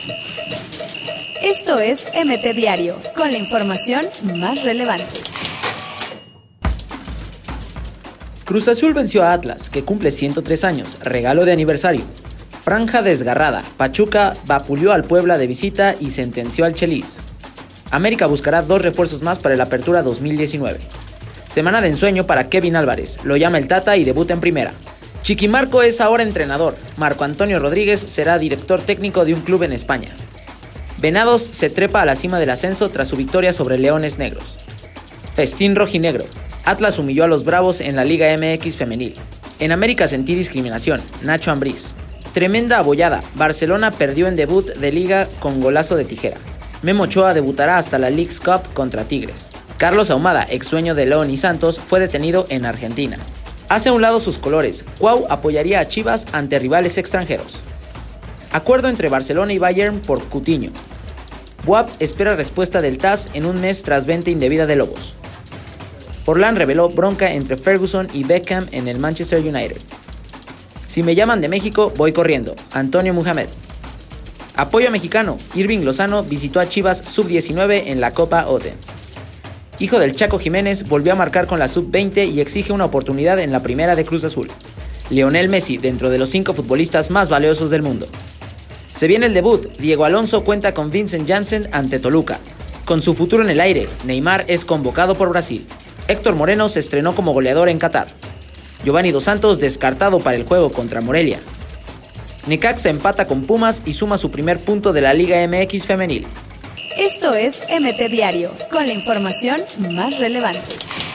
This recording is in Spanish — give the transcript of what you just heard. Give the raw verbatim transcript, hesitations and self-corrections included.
Esto es M T Diario, con la información más relevante. Cruz Azul venció a Atlas, que cumple ciento tres años, regalo de aniversario. Franja desgarrada, Pachuca vapuleó al Puebla de visita y sentenció al Chelis. América buscará dos refuerzos más para el Apertura dos mil diecinueve. Semana de ensueño para Kevin Álvarez, lo llama el Tata y debuta en primera. Chiquimarco es ahora entrenador, Marco Antonio Rodríguez será director técnico de un club en España. Venados se trepa a la cima del ascenso tras su victoria sobre Leones Negros. Festín rojinegro, Atlas humilló a los Bravos en la Liga M X femenil. En América sentí discriminación, Nacho Ambriz. Tremenda abollada, Barcelona perdió en debut de Liga con golazo de tijera. Memo Ochoa debutará hasta la Leagues Cup contra Tigres. Carlos Ahumada, ex sueño de León y Santos, fue detenido en Argentina. Hace a un lado sus colores, Cuau apoyaría a Chivas ante rivales extranjeros. Acuerdo entre Barcelona y Bayern por Coutinho. B U A P espera respuesta del T A S en un mes tras venta indebida de Lobos. Forlán reveló bronca entre Ferguson y Beckham en el Manchester United. Si me llaman de México, voy corriendo. Antonio Muhammad. Apoyo mexicano. Irving Lozano visitó a Chivas sub diecinueve en la Copa Ode. Hijo del Chaco Jiménez volvió a marcar con la sub veinte y exige una oportunidad en la primera de Cruz Azul. Lionel Messi dentro de los cinco futbolistas más valiosos del mundo. Se viene el debut. Diego Alonso cuenta con Vincent Janssen ante Toluca. Con su futuro en el aire, Neymar es convocado por Brasil. Héctor Moreno se estrenó como goleador en Qatar. Giovanni Dos Santos descartado para el juego contra Morelia. Necaxa empata con Pumas y suma su primer punto de la Liga M X femenil. Esto es M T Diario, con la información más relevante.